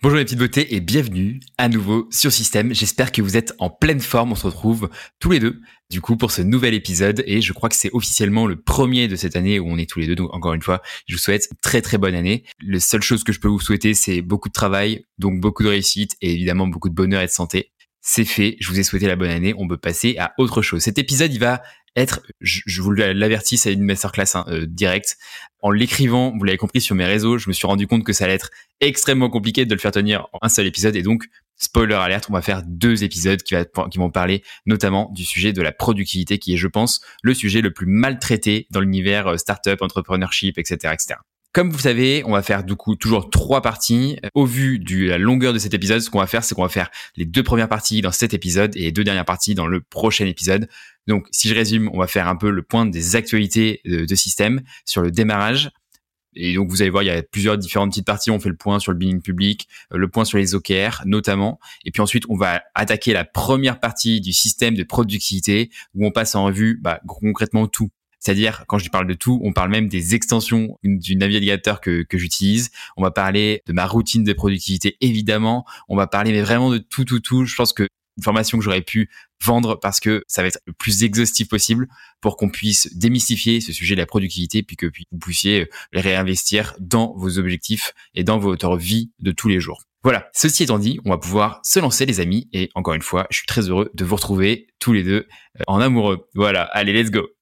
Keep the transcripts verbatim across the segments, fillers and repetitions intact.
Bonjour les petites beautés et bienvenue à nouveau sur Système. J'espère que vous êtes en pleine forme. On se retrouve tous les deux du coup pour ce nouvel épisode et je crois que c'est officiellement le premier de cette année où on est tous les deux. Donc encore une fois, je vous souhaite une très très bonne année. La seule chose que je peux vous souhaiter, c'est beaucoup de travail, donc beaucoup de réussite et évidemment beaucoup de bonheur et de santé. C'est fait, je vous ai souhaité la bonne année, on peut passer à autre chose. Cet épisode, il va être, je, je vous l'avertis, c'est une masterclass hein, euh, directe. En l'écrivant, vous l'avez compris sur mes réseaux, je me suis rendu compte que ça allait être extrêmement compliqué de le faire tenir en un seul épisode. Et donc, spoiler alert, on va faire deux épisodes qui, va, qui vont parler notamment du sujet de la productivité, qui est, je pense, le sujet le plus maltraité dans l'univers startup, entrepreneurship, et cetera, et cetera. Comme vous savez, on va faire du coup toujours trois parties. Au vu de la longueur de cet épisode, ce qu'on va faire, c'est qu'on va faire les deux premières parties dans cet épisode et les deux dernières parties dans le prochain épisode. Donc, si je résume, on va faire un peu le point des actualités de, de Système sur le démarrage. Et donc, vous allez voir, il y a plusieurs différentes petites parties. On fait le point sur le billing public, le point sur les O K R notamment. Et puis ensuite, on va attaquer la première partie du système de productivité où on passe en revue bah, concrètement tout. C'est-à-dire, quand je parle de tout, on parle même des extensions du navigateur que, que j'utilise. On va parler de ma routine de productivité, évidemment. On va parler mais vraiment de tout, tout, tout. Je pense que une formation que j'aurais pu vendre parce que ça va être le plus exhaustif possible pour qu'on puisse démystifier ce sujet de la productivité puis que puis vous puissiez les réinvestir dans vos objectifs et dans votre vie de tous les jours. Voilà, ceci étant dit, on va pouvoir se lancer les amis et encore une fois, je suis très heureux de vous retrouver tous les deux en amoureux. Voilà, allez, let's go.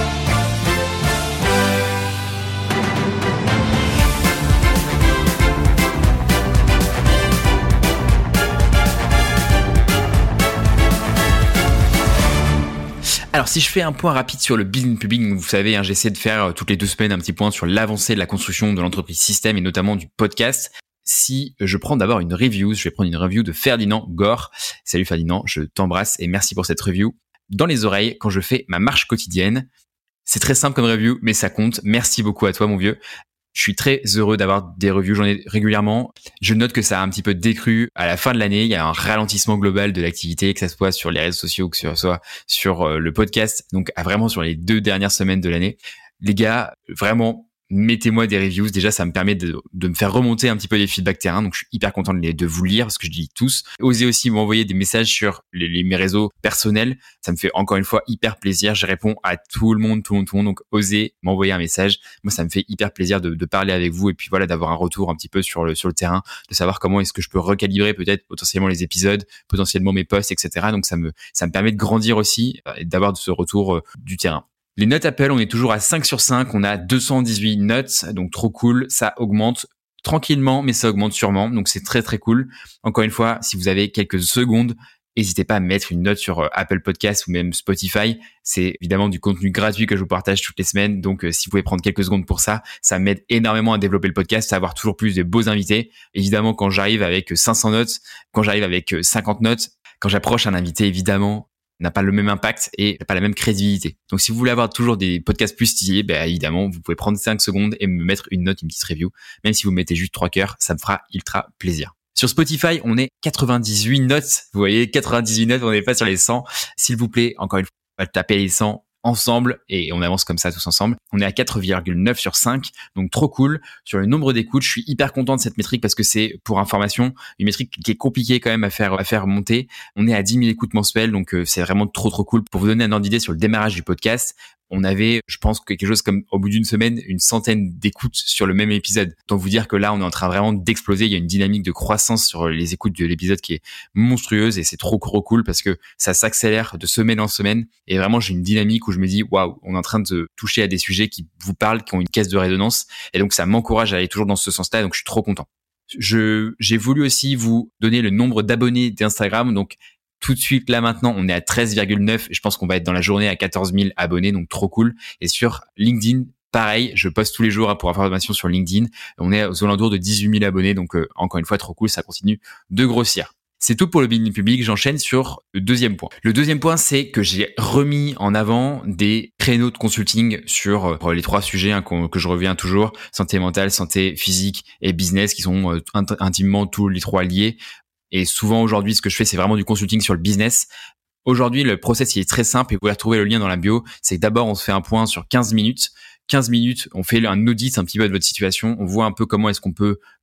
Alors, si je fais un point rapide sur le billing public, vous savez, hein, j'essaie de faire euh, toutes les deux semaines un petit point sur l'avancée de la construction de l'entreprise Système et notamment du podcast. Si je prends d'abord une review, je vais prendre une review de Ferdinand Gore. Salut Ferdinand, je t'embrasse et merci pour cette review. Dans les oreilles, quand je fais ma marche quotidienne, c'est très simple comme review, mais ça compte. Merci beaucoup à toi, mon vieux. Je suis très heureux d'avoir des reviews, j'en ai régulièrement. Je note que ça a un petit peu décru à la fin de l'année. Il y a un ralentissement global de l'activité, que ça soit sur les réseaux sociaux, que ce soit sur le podcast. Donc, vraiment sur les deux dernières semaines de l'année. Les gars, vraiment, mettez-moi des reviews. Déjà, ça me permet de, de me faire remonter un petit peu les feedbacks terrain. Donc, je suis hyper content de, les, de vous lire parce que je lis tous. Osez aussi m'envoyer des messages sur les, les, mes réseaux personnels. Ça me fait encore une fois hyper plaisir. Je réponds à tout le monde, tout le monde, tout le monde. Donc, osez m'envoyer un message. Moi, ça me fait hyper plaisir de, de parler avec vous et puis voilà, d'avoir un retour un petit peu sur le, sur le terrain, de savoir comment est-ce que je peux recalibrer peut-être potentiellement les épisodes, potentiellement mes posts, et cetera. Donc, ça me, ça me permet de grandir aussi et d'avoir ce retour euh, du terrain. Les notes Apple, on est toujours à cinq sur cinq, on a deux cent dix-huit notes, donc trop cool, ça augmente tranquillement, mais ça augmente sûrement, donc c'est très très cool. Encore une fois, si vous avez quelques secondes, n'hésitez pas à mettre une note sur Apple Podcast ou même Spotify. C'est évidemment du contenu gratuit que je vous partage toutes les semaines, donc si vous pouvez prendre quelques secondes pour ça, ça m'aide énormément à développer le podcast, à avoir toujours plus de beaux invités. Évidemment, quand j'arrive avec cinq cents notes, quand j'arrive avec cinquante notes, quand j'approche un invité, évidemment, n'a pas le même impact et pas la même crédibilité. Donc, si vous voulez avoir toujours des podcasts plus stylés, ben, évidemment, vous pouvez prendre cinq secondes et me mettre une note, une petite review. Même si vous mettez juste trois cœurs, ça me fera ultra plaisir. Sur Spotify, on est quatre-vingt-dix-huit notes. Vous voyez, quatre-vingt-dix-huit notes, on n'est pas sur les cent. S'il vous plaît, encore une fois, on va taper les cent ensemble et on avance comme ça tous ensemble. On est à quatre virgule neuf sur cinq, donc trop cool. Sur le nombre d'écoutes, je suis hyper content de cette métrique parce que c'est, pour information, une métrique qui est compliquée quand même à faire à faire monter. On est à dix mille écoutes mensuelles, donc euh, c'est vraiment trop trop cool. Pour vous donner un ordre d'idée sur le démarrage du podcast, on avait, je pense, quelque chose comme au bout d'une semaine, une centaine d'écoutes sur le même épisode. Donc vous dire que là, on est en train vraiment d'exploser. Il y a une dynamique de croissance sur les écoutes de l'épisode qui est monstrueuse et c'est trop trop cool parce que ça s'accélère de semaine en semaine. Et vraiment, j'ai une dynamique où je me dis, waouh, on est en train de toucher à des sujets qui vous parlent, qui ont une caisse de résonance. Et donc, ça m'encourage à aller toujours dans ce sens-là. Donc, je suis trop content. Je, j'ai voulu aussi vous donner le nombre d'abonnés d'Instagram. Donc, tout de suite, là maintenant, on est à treize virgule neuf et je pense qu'on va être dans la journée à quatorze mille abonnés, donc trop cool. Et sur LinkedIn, pareil, je poste tous les jours hein, pour information sur LinkedIn. On est aux alentours de dix-huit mille abonnés, donc euh, encore une fois, trop cool, ça continue de grossir. C'est tout pour le billing public. J'enchaîne sur le deuxième point. Le deuxième point, c'est que j'ai remis en avant des créneaux de consulting sur euh, les trois sujets hein, que je reviens toujours, santé mentale, santé physique et business, qui sont euh, int- intimement tous les trois liés. Et souvent aujourd'hui, ce que je fais, c'est vraiment du consulting sur le business. Aujourd'hui, le process il est très simple et vous pouvez retrouver le lien dans la bio. C'est que d'abord, on se fait un point sur quinze minutes. quinze minutes, on fait un audit un petit peu de votre situation. On voit un peu comment est-ce qu'on peut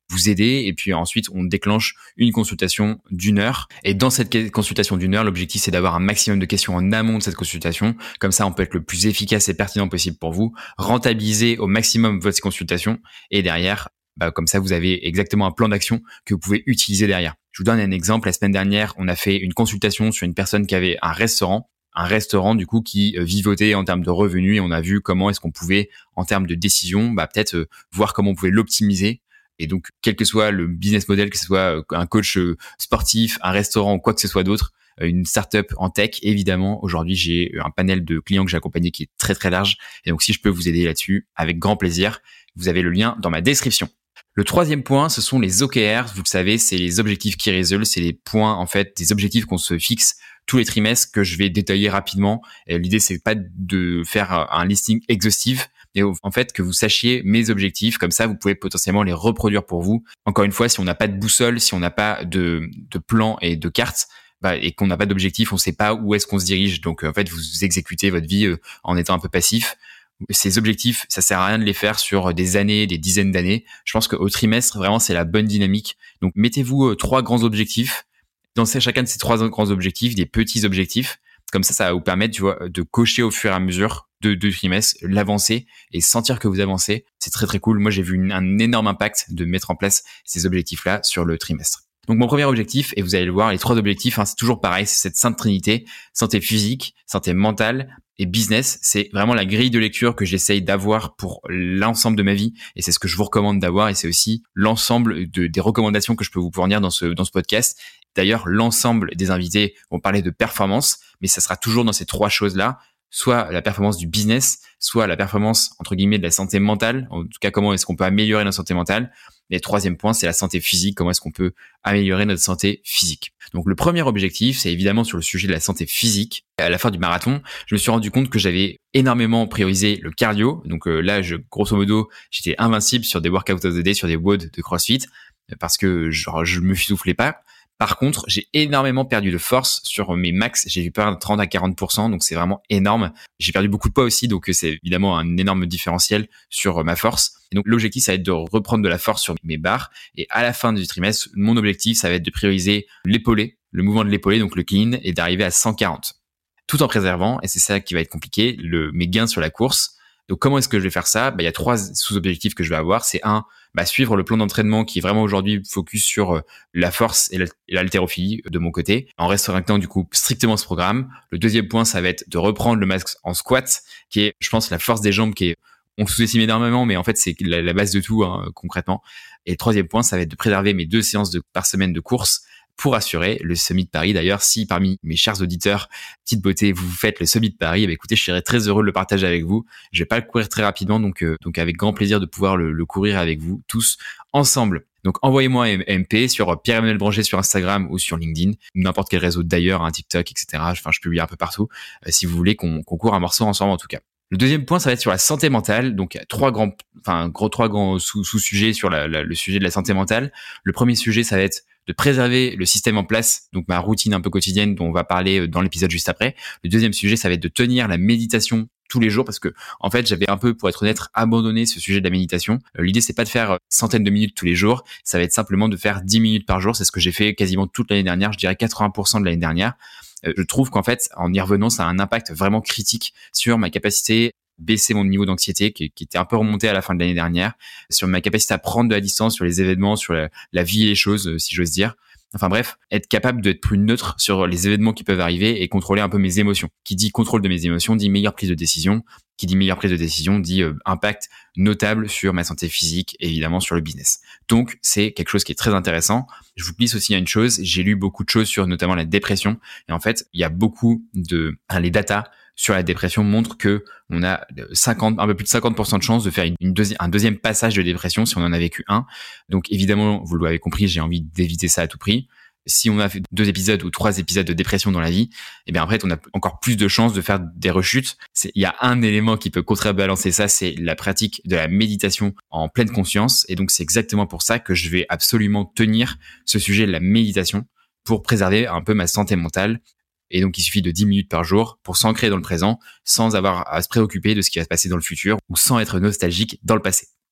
vous aider. Et puis ensuite, on déclenche une consultation d'une heure. Et dans cette consultation d'une heure, l'objectif, c'est d'avoir un maximum de questions en amont de cette consultation. Comme ça, on peut être le plus efficace et pertinent possible pour vous, rentabiliser au maximum votre consultation. Et derrière, bah, comme ça, vous avez exactement un plan d'action que vous pouvez utiliser derrière. Je vous donne un exemple. La semaine dernière, on a fait une consultation sur une personne qui avait un restaurant. un restaurant du coup qui vivotait en termes de revenus et on a vu comment est-ce qu'on pouvait en termes de décision bah peut-être euh, voir comment on pouvait l'optimiser. Et donc quel que soit le business model, que ce soit un coach sportif, un restaurant ou quoi que ce soit d'autre, une startup en tech, évidemment aujourd'hui j'ai un panel de clients que j'ai accompagnés qui est très très large et donc si je peux vous aider là-dessus, avec grand plaisir. Vous avez le lien dans ma description. Le troisième point, ce sont les O K R. Vous le savez, c'est les objectifs qui résolvent, c'est les points en fait, des objectifs qu'on se fixe tous les trimestres que je vais détailler rapidement. Et l'idée, c'est pas de faire un listing exhaustif, mais en fait que vous sachiez mes objectifs. Comme ça, vous pouvez potentiellement les reproduire pour vous. Encore une fois, si on n'a pas de boussole, si on n'a pas de, de plan et de carte, bah, et qu'on n'a pas d'objectif, on ne sait pas où est-ce qu'on se dirige. Donc en fait, vous exécutez votre vie euh, en étant un peu passif. Ces objectifs, ça sert à rien de les faire sur des années, des dizaines d'années. Je pense qu'au trimestre, vraiment, c'est la bonne dynamique. Donc, mettez-vous euh, trois grands objectifs. Dans chacun de ces trois grands objectifs, des petits objectifs. Comme ça, ça va vous permettre, tu vois, de cocher au fur et à mesure de deux trimestres, l'avancer et sentir que vous avancez. C'est très, très cool. Moi, j'ai vu une, un énorme impact de mettre en place ces objectifs-là sur le trimestre. Donc, mon premier objectif, et vous allez le voir, les trois objectifs, hein, c'est toujours pareil, c'est cette sainte trinité, santé physique, santé mentale et business. C'est vraiment la grille de lecture que j'essaye d'avoir pour l'ensemble de ma vie et c'est ce que je vous recommande d'avoir et c'est aussi l'ensemble de, des recommandations que je peux vous fournir dans ce, dans ce podcast. D'ailleurs, l'ensemble des invités vont parler de performance, mais ça sera toujours dans ces trois choses-là, soit la performance du business, soit la performance, entre guillemets, de la santé mentale. En tout cas, comment est-ce qu'on peut améliorer notre santé mentale. Et le troisième point, c'est la santé physique. Comment est-ce qu'on peut améliorer notre santé physique? Donc, le premier objectif, c'est évidemment sur le sujet de la santé physique. À la fin du marathon, je me suis rendu compte que j'avais énormément priorisé le cardio. Donc euh, là, je, grosso modo, j'étais invincible sur des workouts of the day, sur des W O D de CrossFit, parce que genre, je me soufflais pas. Par contre, j'ai énormément perdu de force sur mes max. J'ai eu perdre trente à quarante pour cent, donc c'est vraiment énorme. J'ai perdu beaucoup de poids aussi, donc c'est évidemment un énorme différentiel sur ma force. Et donc l'objectif, ça va être de reprendre de la force sur mes barres. Et à la fin du trimestre, mon objectif, ça va être de prioriser l'épaulé, le mouvement de l'épaulé, donc le clean, et d'arriver à cent quarante. Tout en préservant, et c'est ça qui va être compliqué, le, mes gains sur la course. Donc, comment est-ce que je vais faire ça? Bah, il y a trois sous-objectifs que je vais avoir. C'est un, bah, suivre le plan d'entraînement qui est vraiment aujourd'hui focus sur euh, la force et l'haltérophilie de mon côté, en respectant du coup strictement ce programme. Le deuxième point, ça va être de reprendre le max en squat, qui est, je pense, la force des jambes qui est, on sous-estime énormément, mais en fait, c'est la, la base de tout, hein, concrètement. Et le troisième point, ça va être de préserver mes deux séances de, par semaine de course pour assurer le Summit de Paris. D'ailleurs, si parmi mes chers auditeurs, petite beauté, vous faites le Summit de Paris, eh bien, écoutez, je serais très heureux de le partager avec vous. Je vais pas le courir très rapidement, donc euh, donc avec grand plaisir de pouvoir le, le courir avec vous tous ensemble. Donc envoyez-moi un M P sur Pierre-Emmanuel Branger sur Instagram ou sur LinkedIn, n'importe quel réseau d'ailleurs, hein, TikTok, et cetera. Enfin, je publie un peu partout. Euh, si vous voulez qu'on qu'on court un morceau ensemble, en tout cas. Le deuxième point, ça va être sur la santé mentale. Donc, trois grands, enfin, gros, trois grands sous, sous-sujets sur la, la, le sujet de la santé mentale. Le premier sujet, ça va être de préserver le système en place, donc ma routine un peu quotidienne dont on va parler dans l'épisode juste après. Le deuxième sujet, ça va être de tenir la méditation tous les jours parce que, en fait, j'avais un peu, pour être honnête, abandonné ce sujet de la méditation. L'idée, c'est pas de faire centaines de minutes tous les jours. Ça va être simplement de faire dix minutes par jour. C'est ce que j'ai fait quasiment toute l'année dernière. Je dirais quatre-vingts pour cent de l'année dernière. Je trouve qu'en fait, en y revenant, ça a un impact vraiment critique sur ma capacité baisser mon niveau d'anxiété qui, qui était un peu remonté à la fin de l'année dernière, sur ma capacité à prendre de la distance sur les événements, sur la, la vie et les choses, si j'ose dire. Enfin bref, être capable d'être plus neutre sur les événements qui peuvent arriver et contrôler un peu mes émotions. Qui dit contrôle de mes émotions dit meilleure prise de décision. Qui dit meilleure prise de décision dit euh, impact notable sur ma santé physique et évidemment sur le business. Donc c'est quelque chose qui est très intéressant. Je vous glisse aussi à une chose, j'ai lu beaucoup de choses sur notamment la dépression et en fait il y a beaucoup de enfin, les datas sur la dépression montrent que on a cinquante, un peu plus de cinquante pour cent de chances de faire une, une deuxi- un deuxième passage de dépression si on en a vécu un. Donc évidemment, vous l'avez compris, j'ai envie d'éviter ça à tout prix. Si on a fait deux épisodes ou trois épisodes de dépression dans la vie, et bien après, on a encore plus de chances de faire des rechutes. C'est, il y a un élément qui peut contrebalancer ça, c'est la pratique de la méditation en pleine conscience. Et donc, c'est exactement pour ça que je vais absolument tenir ce sujet de la méditation pour préserver un peu ma santé mentale. Et donc, il suffit de dix minutes par jour pour s'ancrer dans le présent sans avoir à se préoccuper de ce qui va se passer dans le futur ou sans être nostalgique dans le passé.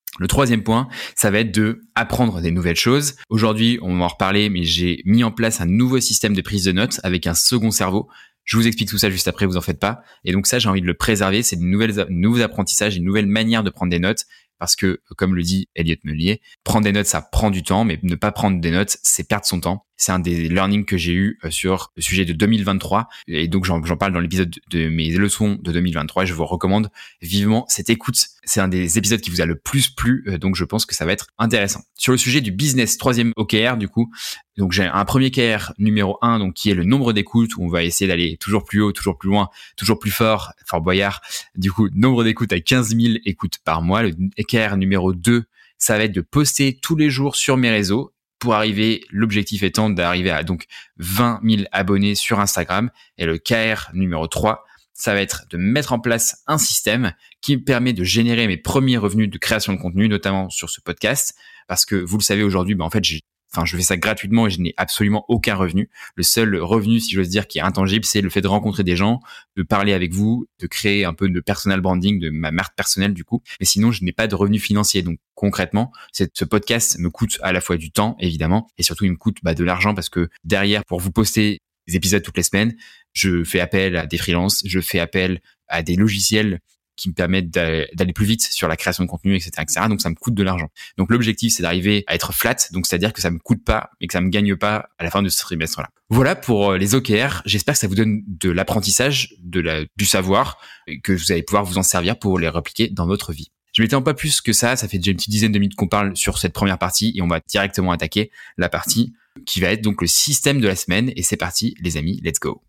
Le troisième point, ça va être de apprendre des nouvelles choses. Aujourd'hui, on va en reparler, mais j'ai mis en place un nouveau système de prise de notes avec un second cerveau. Je vous explique tout ça juste après, vous en faites pas. Et donc ça, j'ai envie de le préserver. C'est de nouvelles, de nouveaux apprentissages, une nouvelle manière de prendre des notes. Parce que, comme le dit Elliot Meunier, prendre des notes, ça prend du temps, mais ne pas prendre des notes, c'est perdre son temps. C'est un des learnings que j'ai eu sur le sujet de deux mille vingt-trois. Et donc, j'en, j'en parle dans l'épisode de mes leçons de deux mille vingt-trois. Et je vous recommande vivement cette écoute. C'est un des épisodes qui vous a le plus plu. Donc, je pense que ça va être intéressant. Sur le sujet du business, troisième O K R, du coup, donc j'ai un premier K R numéro un, donc qui est le nombre d'écoutes, où on va essayer d'aller toujours plus haut, toujours plus loin, toujours plus fort, Fort Boyard. Du coup, nombre d'écoutes à quinze mille écoutes par mois. Le K R numéro deux, ça va être de poster tous les jours sur mes réseaux pour arriver, l'objectif étant d'arriver à donc vingt mille abonnés sur Instagram. Et le K R numéro trois, ça va être de mettre en place un système qui me permet de générer mes premiers revenus de création de contenu, notamment sur ce podcast. Parce que vous le savez aujourd'hui, ben en fait, j'ai Enfin, je fais ça gratuitement et je n'ai absolument aucun revenu. Le seul revenu, si j'ose dire, qui est intangible, c'est le fait de rencontrer des gens, de parler avec vous, de créer un peu de personal branding, de ma marque personnelle du coup. Mais sinon, je n'ai pas de revenu financier. Donc concrètement, ce podcast me coûte à la fois du temps, évidemment, et surtout il me coûte bah, de l'argent parce que derrière, pour vous poster des épisodes toutes les semaines, je fais appel à des freelances, je fais appel à des logiciels qui me permettent d'aller plus vite sur la création de contenu, et cetera, et cetera. Donc, ça me coûte de l'argent. Donc, l'objectif, c'est d'arriver à être flat. Donc, c'est-à-dire que ça me coûte pas et que ça me gagne pas à la fin de ce trimestre-là. Voilà pour les O K R. J'espère que ça vous donne de l'apprentissage, de la, du savoir, et que vous allez pouvoir vous en servir pour les répliquer dans votre vie. Je m'étends pas plus que ça. Ça fait déjà une petite dizaine de minutes qu'on parle sur cette première partie et on va directement attaquer la partie qui va être donc le système de la semaine. Et c'est parti, les amis. Let's go.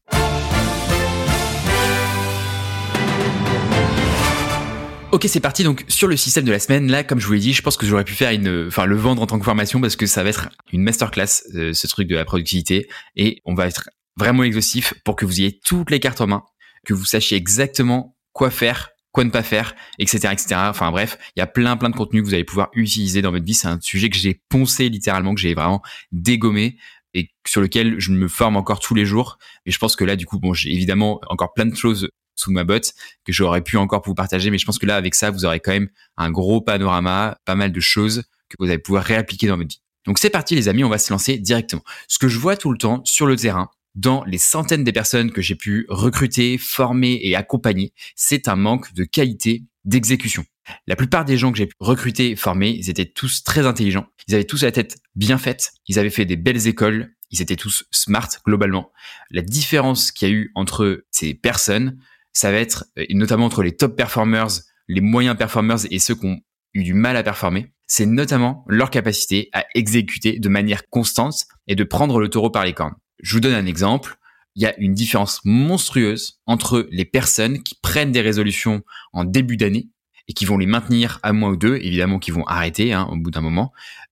Ok, c'est parti. Donc, sur le système de la semaine, là, comme je vous l'ai dit, je pense que j'aurais pu faire une, enfin, le vendre en tant que formation parce que ça va être une masterclass, euh, ce truc de la productivité. Et on va être vraiment exhaustif pour que vous ayez toutes les cartes en main, que vous sachiez exactement quoi faire, quoi ne pas faire, et cetera, et cetera. Enfin, bref, il y a plein, plein de contenus que vous allez pouvoir utiliser dans votre vie. C'est un sujet que j'ai poncé littéralement, que j'ai vraiment dégommé et sur lequel je me forme encore tous les jours. Et je pense que là, du coup, bon, j'ai évidemment encore plein de choses sous ma botte que j'aurais pu encore vous partager, mais je pense que là, avec ça, vous aurez quand même un gros panorama, pas mal de choses que vous allez pouvoir réappliquer dans votre vie. Donc c'est parti les amis, on va se lancer directement. Ce que je vois tout le temps sur le terrain, dans les centaines des personnes que j'ai pu recruter, former et accompagner, c'est un manque de qualité d'exécution. La plupart des gens que j'ai pu recruter, former, ils étaient tous très intelligents, ils avaient tous la tête bien faite, ils avaient fait des belles écoles, ils étaient tous smart globalement. La différence qu'il y a eu entre ces personnes, ça va être, et notamment entre les top performers, les moyens performers et ceux qui ont eu du mal à performer, c'est notamment leur capacité à exécuter de manière constante et de prendre le taureau par les cornes. Je vous donne un exemple. Il y a une différence monstrueuse entre les personnes qui prennent des résolutions en début d'année et qui vont les maintenir à mois ou deux, évidemment qui vont arrêter hein, au bout d'un moment,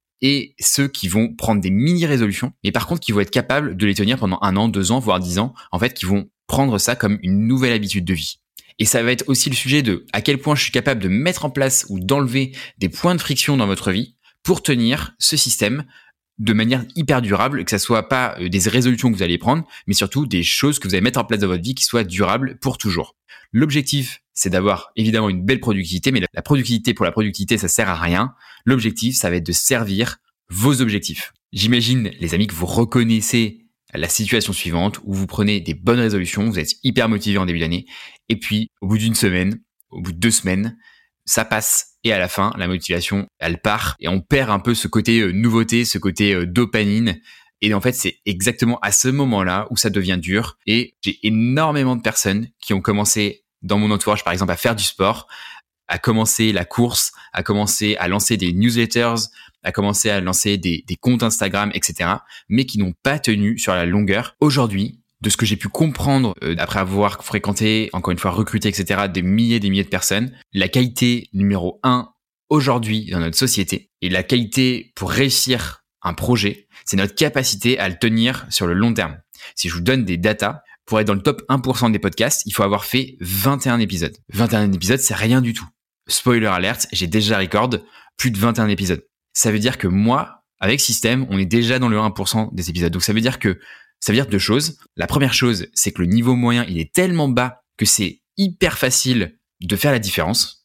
et ceux qui vont prendre des mini-résolutions, mais par contre qui vont être capables de les tenir pendant un an, deux ans, voire dix ans, en fait, qui vont prendre ça comme une nouvelle habitude de vie. Et ça va être aussi le sujet de à quel point je suis capable de mettre en place ou d'enlever des points de friction dans votre vie pour tenir ce système de manière hyper durable, que ça soit pas des résolutions que vous allez prendre, mais surtout des choses que vous allez mettre en place dans votre vie qui soient durables pour toujours. L'objectif, c'est d'avoir évidemment une belle productivité, mais la productivité pour la productivité, ça sert à rien. L'objectif, ça va être de servir vos objectifs. J'imagine, les amis, que vous reconnaissez la situation suivante où vous prenez des bonnes résolutions, vous êtes hyper motivé en début d'année, et puis au bout d'une semaine, au bout de deux semaines, ça passe et à la fin, la motivation, elle part et on perd un peu ce côté euh, nouveauté, ce côté euh, dopamine. Et en fait, c'est exactement à ce moment-là où ça devient dur. Et j'ai énormément de personnes qui ont commencé dans mon entourage, par exemple, à faire du sport, à commencer la course, à commencer à lancer des newsletters, à commencer à lancer des, des comptes Instagram, et cetera, mais qui n'ont pas tenu sur la longueur. Aujourd'hui, de ce que j'ai pu comprendre euh, après avoir fréquenté, encore une fois recruté, et cetera, des milliers et des milliers de personnes, la qualité numéro un aujourd'hui dans notre société et la qualité pour réussir un projet, c'est notre capacité à le tenir sur le long terme. Si je vous donne des datas, pour être dans le top un pour cent des podcasts, il faut avoir fait vingt et un épisodes. vingt et un épisodes, c'est rien du tout. Spoiler alert, j'ai déjà record plus de vingt et un épisodes. Ça veut dire que moi, avec Système, on est déjà dans le un pour cent des épisodes. Donc ça veut dire que ça veut dire deux choses. La première chose, c'est que le niveau moyen, il est tellement bas que c'est hyper facile de faire la différence.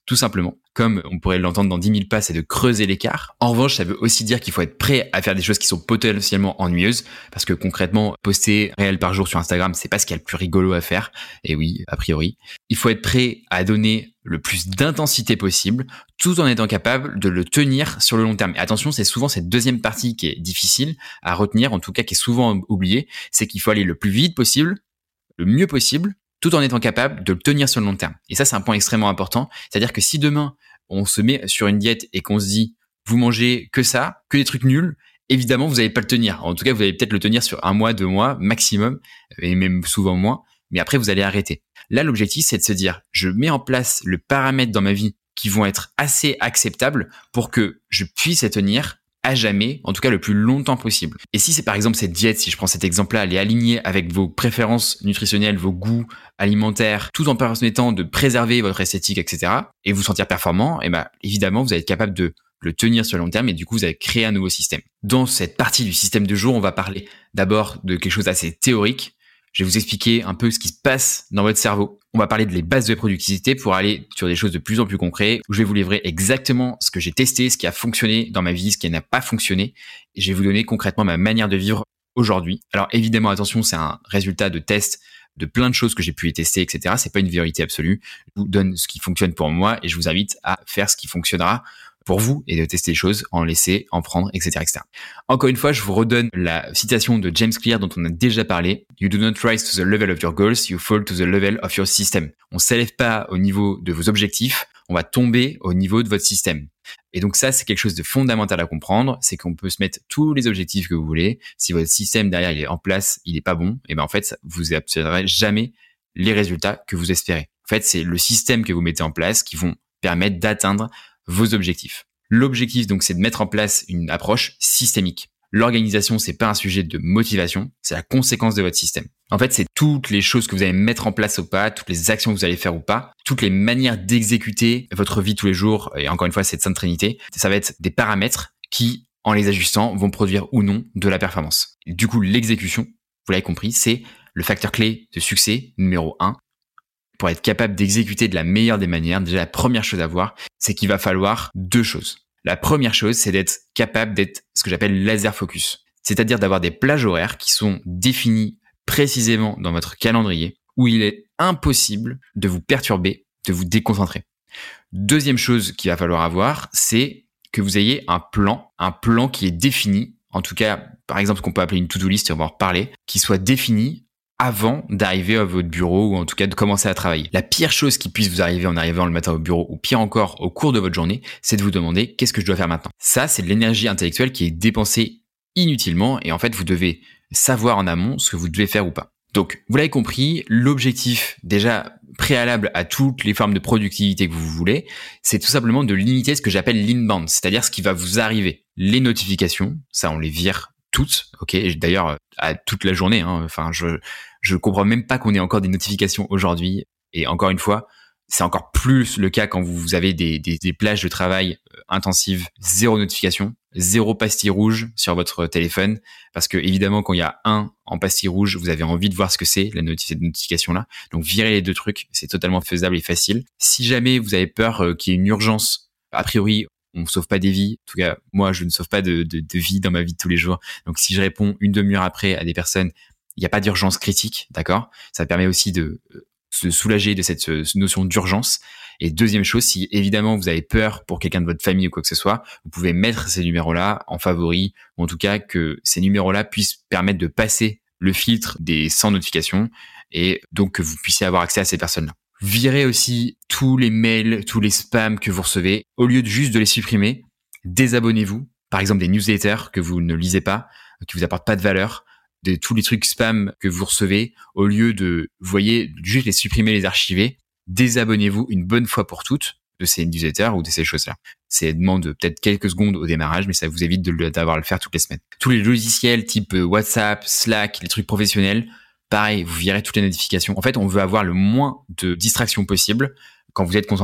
tout simplement. Comme on pourrait l'entendre dans dix mille pas, c'est de creuser l'écart. En revanche, ça veut aussi dire qu'il faut être prêt à faire des choses qui sont potentiellement ennuyeuses, parce que concrètement, poster réel par jour sur Instagram, c'est pas ce qu'il y a le plus rigolo à faire. Et oui, a priori. Il faut être prêt à donner le plus d'intensité possible, tout en étant capable de le tenir sur le long terme. Et attention, c'est souvent cette deuxième partie qui est difficile à retenir, en tout cas qui est souvent oubliée, c'est qu'il faut aller le plus vite possible, le mieux possible, tout en étant capable de le tenir sur le long terme. Et ça, c'est un point extrêmement important. C'est-à-dire que si demain, on se met sur une diète et qu'on se dit, vous mangez que ça, que des trucs nuls, évidemment, vous n'allez pas le tenir. En tout cas, vous allez peut-être le tenir sur un mois, deux mois, maximum, et même souvent moins. Mais après, vous allez arrêter. Là, l'objectif, c'est de se dire, je mets en place le paramètre dans ma vie qui vont être assez acceptables pour que je puisse les tenir à jamais, en tout cas le plus longtemps possible. Et si c'est par exemple cette diète, si je prends cet exemple-là, elle est alignée avec vos préférences nutritionnelles, vos goûts alimentaires, tout en permettant de préserver votre esthétique, et cetera, et vous sentir performant, et ben évidemment, vous allez être capable de le tenir sur le long terme et du coup, vous allez créer un nouveau système. Dans cette partie du système de jour, on va parler d'abord de quelque chose d'assez théorique. Je vais vous expliquer un peu ce qui se passe dans votre cerveau. On va parler de les bases de productivité pour aller sur des choses de plus en plus concrètes où je vais vous livrer exactement ce que j'ai testé, ce qui a fonctionné dans ma vie, ce qui n'a pas fonctionné. Et je vais vous donner concrètement ma manière de vivre aujourd'hui. Alors évidemment, attention, c'est un résultat de test de plein de choses que j'ai pu y tester, et cetera. C'est pas une vérité absolue. Je vous donne ce qui fonctionne pour moi et je vous invite à faire ce qui fonctionnera pour vous et de tester les choses, en laisser, en prendre, et cetera, et cetera. Encore une fois, je vous redonne la citation de James Clear dont on a déjà parlé. You do not rise to the level of your goals, you fall to the level of your system. On s'élève pas au niveau de vos objectifs, on va tomber au niveau de votre système. Et donc ça, c'est quelque chose de fondamental à comprendre, c'est qu'on peut se mettre tous les objectifs que vous voulez. Si votre système derrière il est en place, il est pas bon, et ben en fait, vous n'obtiendrez jamais les résultats que vous espérez. En fait, c'est le système que vous mettez en place qui vont permettre d'atteindre vos objectifs. L'objectif, donc, c'est de mettre en place une approche systémique. L'organisation, c'est pas un sujet de motivation, c'est la conséquence de votre système. En fait, c'est toutes les choses que vous allez mettre en place ou pas, toutes les actions que vous allez faire ou pas, toutes les manières d'exécuter votre vie tous les jours, et encore une fois, cette sainte trinité, ça va être des paramètres qui, en les ajustant, vont produire ou non de la performance. Et du coup, l'exécution, vous l'avez compris, c'est le facteur clé de succès numéro un. Pour être capable d'exécuter de la meilleure des manières, déjà la première chose à voir, c'est qu'il va falloir deux choses. La première chose, c'est d'être capable d'être ce que j'appelle laser focus. C'est-à-dire d'avoir des plages horaires qui sont définies précisément dans votre calendrier où il est impossible de vous perturber, de vous déconcentrer. Deuxième chose qu'il va falloir avoir, c'est que vous ayez un plan, un plan qui est défini, en tout cas, par exemple, ce qu'on peut appeler une to-do list, on va en reparler, qui soit défini avant d'arriver à votre bureau ou en tout cas de commencer à travailler. La pire chose qui puisse vous arriver en arrivant le matin au bureau ou pire encore au cours de votre journée, c'est de vous demander qu'est-ce que je dois faire maintenant. Ça, c'est de l'énergie intellectuelle qui est dépensée inutilement et en fait, vous devez savoir en amont ce que vous devez faire ou pas. Donc, vous l'avez compris, l'objectif déjà préalable à toutes les formes de productivité que vous voulez, c'est tout simplement de limiter ce que j'appelle l'inbound, c'est-à-dire ce qui va vous arriver. Les notifications, ça on les vire toutes, ok. D'ailleurs, à toute la journée, hein, enfin, je je comprends même pas qu'on ait encore des notifications aujourd'hui. Et encore une fois, c'est encore plus le cas quand vous avez des des, des plages de travail intensives, zéro notification, zéro pastille rouge sur votre téléphone, parce que évidemment, quand il y a un en pastille rouge, vous avez envie de voir ce que c'est la noti- cette notification-là. Donc, virez les deux trucs, c'est totalement faisable et facile. Si jamais vous avez peur euh, qu'il y ait une urgence, a priori, on ne sauve pas des vies. En tout cas, moi, je ne sauve pas de, de, de vie dans ma vie de tous les jours. Donc, si je réponds une demi-heure après à des personnes, il n'y a pas d'urgence critique, d'accord ? Ça permet aussi de se soulager de cette notion d'urgence. Et deuxième chose, si évidemment vous avez peur pour quelqu'un de votre famille ou quoi que ce soit, vous pouvez mettre ces numéros-là en favori, ou en tout cas que ces numéros-là puissent permettre de passer le filtre des sans notifications et donc que vous puissiez avoir accès à ces personnes-là. Virez aussi tous les mails, tous les spams que vous recevez. Au lieu de juste de les supprimer, désabonnez-vous. Par exemple, des newsletters que vous ne lisez pas, qui vous apportent pas de valeur, de tous les trucs spam que vous recevez. Au lieu de, vous voyez, juste les supprimer, les archiver, désabonnez-vous une bonne fois pour toutes de ces newsletters ou de ces choses-là. Ça demande peut-être quelques secondes au démarrage, mais ça vous évite de, d'avoir à le faire toutes les semaines. Tous les logiciels type WhatsApp, Slack, les trucs professionnels, pareil, vous virez toutes les notifications. En fait, on veut avoir le moins de distractions possible quand vous êtes concentré.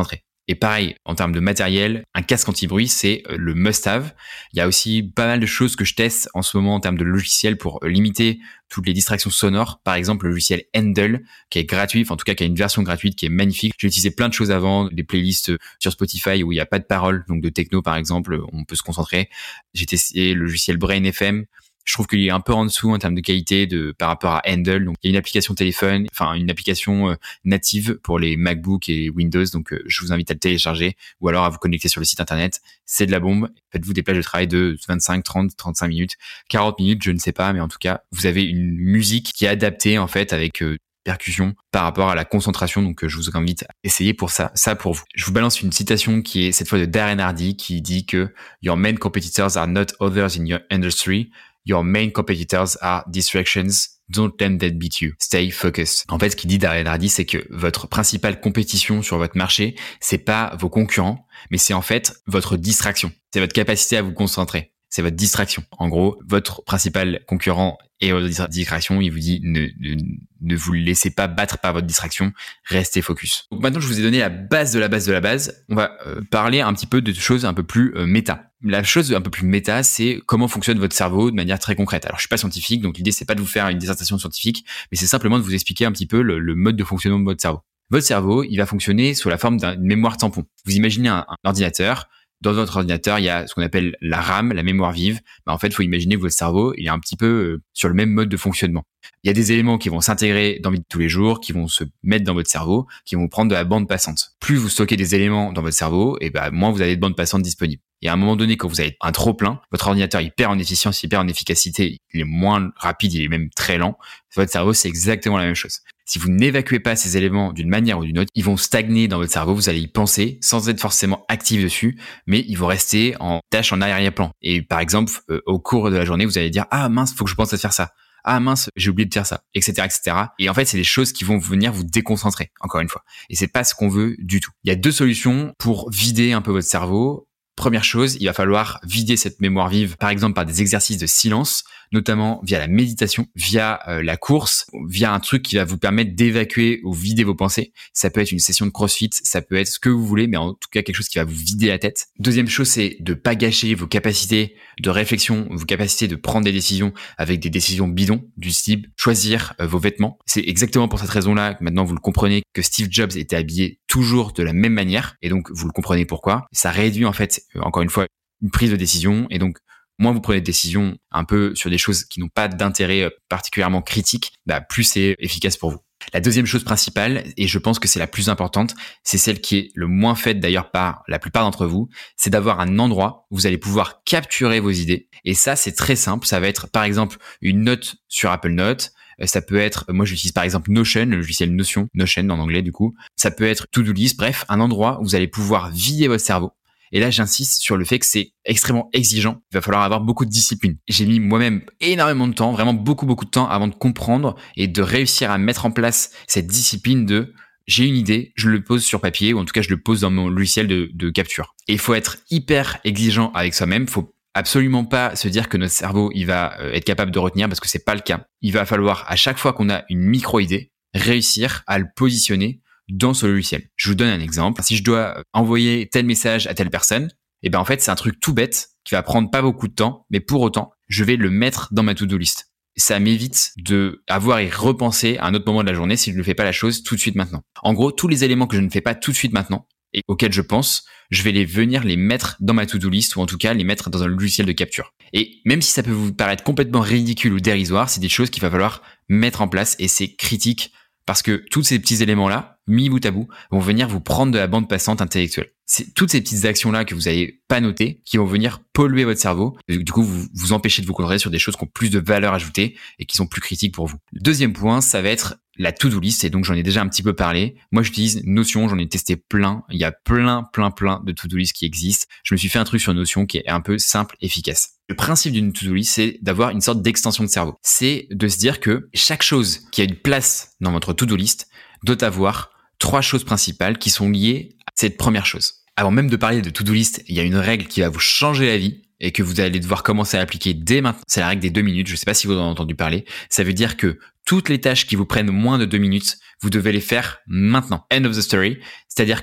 Et pareil, en termes de matériel, un casque anti-bruit, c'est le must-have. Il y a aussi pas mal de choses que je teste en ce moment en termes de logiciels pour limiter toutes les distractions sonores. Par exemple, le logiciel Handle, qui est gratuit, enfin, en tout cas, qui a une version gratuite qui est magnifique. J'ai utilisé plein de choses avant, des playlists sur Spotify où il n'y a pas de paroles, donc de techno, par exemple, on peut se concentrer. J'ai testé le logiciel Brain F M. Je trouve qu'il est un peu en dessous en termes de qualité de par rapport à Handle. Donc, il y a une application téléphone, enfin une application euh, native pour les MacBook et Windows. Donc, euh, je vous invite à le télécharger ou alors à vous connecter sur le site internet. C'est de la bombe. Faites-vous des plages de travail de vingt-cinq, trente, trente-cinq minutes, quarante minutes, je ne sais pas, mais en tout cas, vous avez une musique qui est adaptée en fait avec euh, percussion par rapport à la concentration. Donc, euh, je vous invite à essayer pour ça, ça pour vous. Je vous balance une citation qui est cette fois de Darren Hardy qui dit que Your main competitors are not others in your industry. Your main competitors are distractions. Don't let them beat you. Stay focused. En fait, ce qu'il dit Darren Hardy, c'est que votre principale compétition sur votre marché, c'est pas vos concurrents, mais c'est en fait votre distraction. C'est votre capacité à vous concentrer. C'est votre distraction. En gros, votre principal concurrent et votre distraction, il vous dit ne, ne, ne vous laissez pas battre par votre distraction, restez focus. Donc maintenant, je vous ai donné la base de la base de la base. On va euh, parler un petit peu de choses un peu plus euh, méta. La chose un peu plus méta, c'est comment fonctionne votre cerveau de manière très concrète. Alors, je suis pas scientifique, donc l'idée c'est pas de vous faire une dissertation scientifique, mais c'est simplement de vous expliquer un petit peu le, le mode de fonctionnement de votre cerveau. Votre cerveau, il va fonctionner sous la forme d'une mémoire tampon. Vous imaginez un, un ordinateur. Dans votre ordinateur, il y a ce qu'on appelle la RAM, la mémoire vive. Bah, en fait, il faut imaginer que votre cerveau, il est un petit peu euh, sur le même mode de fonctionnement. Il y a des éléments qui vont s'intégrer dans la vie de tous les jours, qui vont se mettre dans votre cerveau, qui vont vous prendre de la bande passante. Plus vous stockez des éléments dans votre cerveau, et ben moins vous avez de bande passante disponible. Et à un moment donné, quand vous avez un trop plein, votre ordinateur il perd en efficience, il perd en efficacité, il est moins rapide, il est même très lent. Votre cerveau, c'est exactement la même chose. Si vous n'évacuez pas ces éléments d'une manière ou d'une autre, ils vont stagner dans votre cerveau, vous allez y penser sans être forcément actif dessus, mais ils vont rester en tâche en arrière-plan. Et par exemple, euh, au cours de la journée, vous allez dire « Ah mince, faut que je pense à faire ça. Ah mince, j'ai oublié de faire ça, et cetera et cetera » Et en fait, c'est des choses qui vont venir vous déconcentrer, encore une fois. Et c'est pas ce qu'on veut du tout. Il y a deux solutions pour vider un peu votre cerveau. Première chose, il va falloir vider cette mémoire vive, par exemple par des exercices de silence, notamment via la méditation, via euh, la course, via un truc qui va vous permettre d'évacuer ou vider vos pensées. Ça peut être une session de CrossFit, ça peut être ce que vous voulez, mais en tout cas quelque chose qui va vous vider la tête. Deuxième chose, c'est de pas gâcher vos capacités de réflexion, vos capacités de prendre des décisions avec des décisions bidons, du style choisir euh, vos vêtements. C'est exactement pour cette raison-là que maintenant vous le comprenez que Steve Jobs était habillé toujours de la même manière, et donc vous le comprenez pourquoi. Ça réduit en fait, euh, encore une fois, une prise de décision, et donc moins vous prenez de décisions un peu sur des choses qui n'ont pas d'intérêt particulièrement critique, bah plus c'est efficace pour vous. La deuxième chose principale, et je pense que c'est la plus importante, c'est celle qui est le moins faite d'ailleurs par la plupart d'entre vous, c'est d'avoir un endroit où vous allez pouvoir capturer vos idées. Et ça, c'est très simple. Ça va être par exemple une note sur Apple Notes. Ça peut être, moi j'utilise par exemple Notion, le logiciel Notion, Notion en anglais du coup. Ça peut être To-Do List, bref, un endroit où vous allez pouvoir vider votre cerveau. Et là, j'insiste sur le fait que c'est extrêmement exigeant. Il va falloir avoir beaucoup de discipline. J'ai mis moi-même énormément de temps, vraiment beaucoup, beaucoup de temps avant de comprendre et de réussir à mettre en place cette discipline de j'ai une idée, je le pose sur papier ou en tout cas, je le pose dans mon logiciel de, de capture. Et il faut être hyper exigeant avec soi-même. Il faut absolument pas se dire que notre cerveau, il va être capable de retenir parce que c'est pas le cas. Il va falloir, à chaque fois qu'on a une micro-idée, réussir à le positionner dans ce logiciel. Je vous donne un exemple. Si je dois envoyer tel message à telle personne, eh ben en fait, c'est un truc tout bête qui va prendre pas beaucoup de temps, mais pour autant, je vais le mettre dans ma to-do list. Ça m'évite de avoir à y repenser à un autre moment de la journée si je ne fais pas la chose tout de suite maintenant. En gros, tous les éléments que je ne fais pas tout de suite maintenant et auxquels je pense, je vais les venir les mettre dans ma to-do list ou en tout cas les mettre dans un logiciel de capture. Et même si ça peut vous paraître complètement ridicule ou dérisoire, c'est des choses qu'il va falloir mettre en place et c'est critique parce que tous ces petits éléments-là, mis bout à bout, vont venir vous prendre de la bande passante intellectuelle. C'est toutes ces petites actions-là que vous n'avez pas notées qui vont venir polluer votre cerveau. Du coup, vous vous empêchez de vous concentrer sur des choses qui ont plus de valeur ajoutée et qui sont plus critiques pour vous. Le deuxième point, ça va être la to-do list. Et donc, j'en ai déjà un petit peu parlé. Moi, j'utilise Notion. J'en ai testé plein. Il y a plein, plein, plein de to-do list qui existent. Je me suis fait un truc sur Notion qui est un peu simple, efficace. Le principe d'une to-do list, c'est d'avoir une sorte d'extension de cerveau. C'est de se dire que chaque chose qui a une place dans votre to-do list doit avoir trois choses principales qui sont liées à cette première chose. Avant même de parler de to-do list, il y a une règle qui va vous changer la vie et que vous allez devoir commencer à appliquer dès maintenant. C'est la règle des deux minutes. Je ne sais pas si vous en avez entendu parler. Ça veut dire que toutes les tâches qui vous prennent moins de deux minutes, vous devez les faire maintenant. End of the story. C'est-à-dire que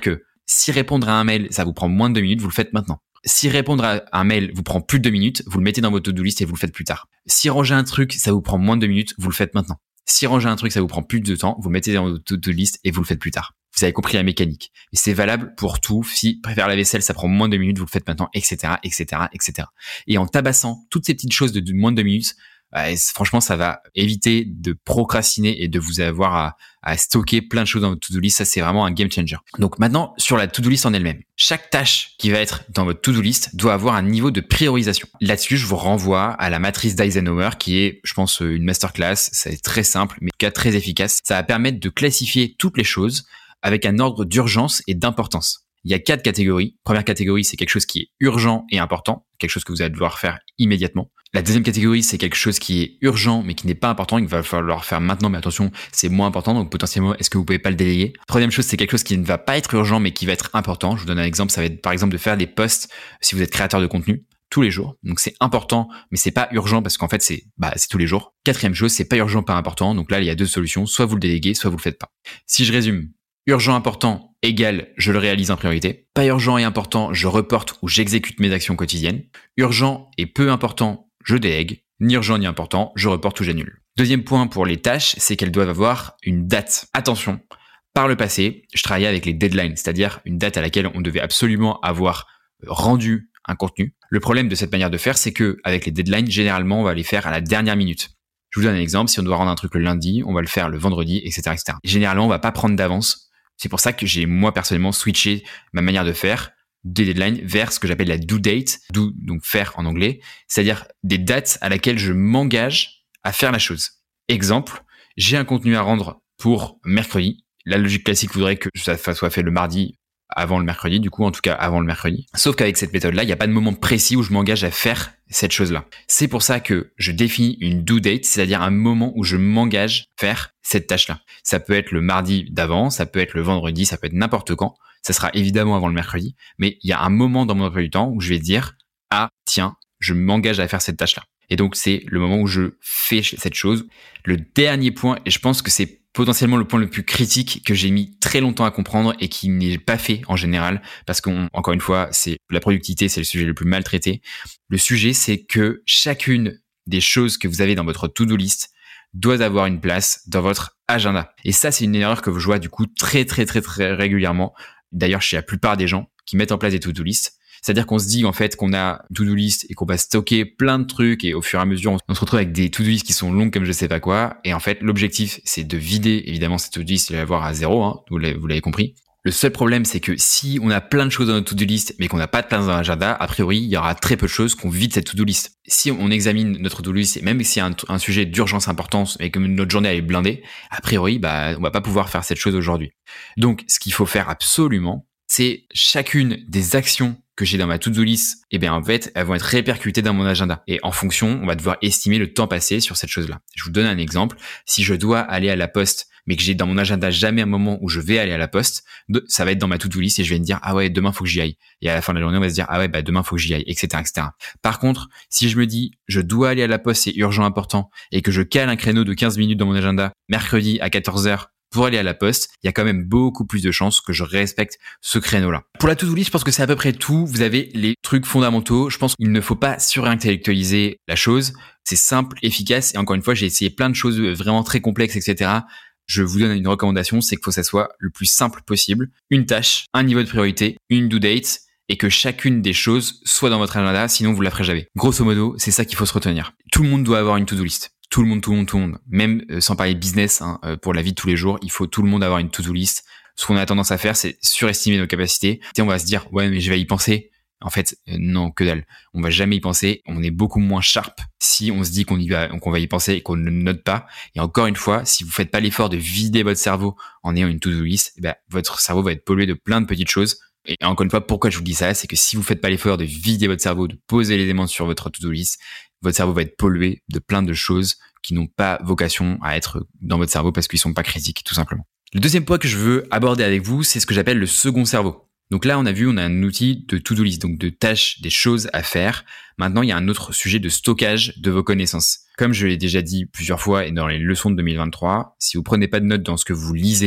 Si répondre à un mail, ça vous prend moins de deux minutes, vous le faites maintenant. Si répondre à un mail vous prend plus de deux minutes, vous le mettez dans votre to-do list et vous le faites plus tard. Si ranger un truc, ça vous prend moins de deux minutes, vous le faites maintenant. Si ranger un truc, ça vous prend plus de temps, vous le mettez dans votre to-do list et vous le faites plus tard. Vous avez compris la mécanique. Et c'est valable pour tout. Si préfère la vaisselle, ça prend moins de deux minutes, vous le faites maintenant, et cetera, et cetera, et cetera. Et en tabassant toutes ces petites choses de moins de deux minutes, euh, franchement, ça va éviter de procrastiner et de vous avoir à, à stocker plein de choses dans votre to-do list. Ça, c'est vraiment un game changer. Donc maintenant, sur la to-do list en elle-même, chaque tâche qui va être dans votre to-do list doit avoir un niveau de priorisation. Là-dessus, je vous renvoie à la matrice d'Eisenhower qui est, je pense, une masterclass. C'est très simple, mais en tout cas très efficace. Ça va permettre de classifier toutes les choses avec un ordre d'urgence et d'importance. Il y a quatre catégories. Première catégorie, c'est quelque chose qui est urgent et important, quelque chose que vous allez devoir faire immédiatement. La deuxième catégorie, c'est quelque chose qui est urgent mais qui n'est pas important, il va falloir faire maintenant, mais attention, c'est moins important, donc potentiellement, est-ce que vous pouvez pas le déléguer? Troisième chose, c'est quelque chose qui ne va pas être urgent mais qui va être important. Je vous donne un exemple, ça va être par exemple de faire des posts si vous êtes créateur de contenu tous les jours. Donc c'est important, mais c'est pas urgent parce qu'en fait c'est bah c'est tous les jours. Quatrième chose, c'est pas urgent, pas important. Donc là, il y a deux solutions, soit vous le déléguez, soit vous le faites pas. Si je résume, urgent, important égale je le réalise en priorité. Pas urgent et important, je reporte ou j'exécute mes actions quotidiennes. Urgent et peu important, je délègue. Ni urgent ni important, je reporte ou j'annule. Deuxième point pour les tâches, c'est qu'elles doivent avoir une date. Attention, par le passé, je travaillais avec les deadlines, c'est-à-dire une date à laquelle on devait absolument avoir rendu un contenu. Le problème de cette manière de faire, c'est que avec les deadlines, généralement, on va les faire à la dernière minute. Je vous donne un exemple, si on doit rendre un truc le lundi, on va le faire le vendredi, et cetera, et cetera. Généralement, on va pas prendre d'avance. C'est pour ça que j'ai, moi, personnellement, switché ma manière de faire des deadlines vers ce que j'appelle la due date, do, donc faire en anglais, c'est-à-dire des dates à laquelle je m'engage à faire la chose. Exemple, j'ai un contenu à rendre pour mercredi. La logique classique voudrait que ça soit fait le mardi avant le mercredi, du coup, en tout cas avant le mercredi. Sauf qu'avec cette méthode-là, il n'y a pas de moment précis où je m'engage à faire cette chose-là. C'est pour ça que je définis une due date, c'est-à-dire un moment où je m'engage à faire cette tâche-là. Ça peut être le mardi d'avant, ça peut être le vendredi, ça peut être n'importe quand. Ça sera évidemment avant le mercredi, mais il y a un moment dans mon emploi du temps où je vais dire « Ah, tiens, je m'engage à faire cette tâche-là ». Et donc, c'est le moment où je fais cette chose. Le dernier point, et je pense que c'est potentiellement le point le plus critique que j'ai mis très longtemps à comprendre et qui n'est pas fait en général, parce qu'encore une fois, c'est la productivité, c'est le sujet le plus maltraité. Le sujet, c'est que chacune des choses que vous avez dans votre to-do list doit avoir une place dans votre agenda. Et ça, c'est une erreur que je vois du coup très, très, très, très régulièrement. D'ailleurs, chez la plupart des gens qui mettent en place des to-do list. C'est-à-dire qu'on se dit en fait qu'on a une to-do list et qu'on va stocker plein de trucs et au fur et à mesure, on se retrouve avec des to-do list qui sont longues comme je sais pas quoi. Et en fait, l'objectif, c'est de vider évidemment cette to-do list et l'avoir à zéro, hein, vous l'avez, vous l'avez compris. Le seul problème, c'est que si on a plein de choses dans notre to-do list mais qu'on n'a pas de place dans l'agenda, a priori, il y aura très peu de choses qu'on vide cette to-do list. Si on examine notre to-do list et même s'il y a un, un sujet d'urgence importance et que notre journée elle est blindée, a priori, bah, on va pas pouvoir faire cette chose aujourd'hui. Donc, ce qu'il faut faire absolument, c'est chacune des actions que j'ai dans ma to-do list, eh bien, en fait, elles vont être répercutées dans mon agenda. Et en fonction, on va devoir estimer le temps passé sur cette chose-là. Je vous donne un exemple. Si je dois aller à la poste, mais que j'ai dans mon agenda jamais un moment où je vais aller à la poste, ça va être dans ma to-do list et je vais me dire, ah ouais, demain, faut que j'y aille. Et à la fin de la journée, on va se dire, ah ouais, bah, demain, faut que j'y aille, et cetera, et cetera. Par contre, si je me dis, je dois aller à la poste, c'est urgent, important, et que je cale un créneau de quinze minutes dans mon agenda, mercredi à quatorze heures, pour aller à la poste, il y a quand même beaucoup plus de chances que je respecte ce créneau-là. Pour la to-do list, je pense que c'est à peu près tout. Vous avez les trucs fondamentaux. Je pense qu'il ne faut pas surintellectualiser la chose. C'est simple, efficace. Et encore une fois, j'ai essayé plein de choses vraiment très complexes, et cetera. Je vous donne une recommandation, c'est qu'il faut que ça soit le plus simple possible. Une tâche, un niveau de priorité, une due date, et que chacune des choses soit dans votre agenda, sinon vous la ferez jamais. Grosso modo, c'est ça qu'il faut se retenir. Tout le monde doit avoir une to-do list. Tout le monde, tout le monde, tout le monde. Même euh, sans parler business, hein, euh, pour la vie de tous les jours, il faut tout le monde avoir une to-do list. Ce qu'on a tendance à faire, c'est surestimer nos capacités. Et on va se dire, ouais, mais je vais y penser. En fait, euh, non, que dalle. On va jamais y penser. On est beaucoup moins sharp si on se dit qu'on y va, qu'on va y penser et qu'on ne note pas. Et encore une fois, si vous faites pas l'effort de vider votre cerveau en ayant une to-do list, eh ben, votre cerveau va être pollué de plein de petites choses. Et encore une fois, pourquoi je vous dis ça, c'est que si vous faites pas l'effort de vider votre cerveau, de poser les éléments sur votre to-do list, votre cerveau va être pollué de plein de choses qui n'ont pas vocation à être dans votre cerveau parce qu'ils sont pas critiques, tout simplement. Le deuxième point que je veux aborder avec vous, c'est ce que j'appelle le second cerveau. Donc là, on a vu, on a un outil de to-do list, donc de tâches, des choses à faire. Maintenant, il y a un autre sujet de stockage de vos connaissances. Comme je l'ai déjà dit plusieurs fois et dans les leçons de deux mille vingt-trois, si vous prenez pas de notes dans ce que vous lisez,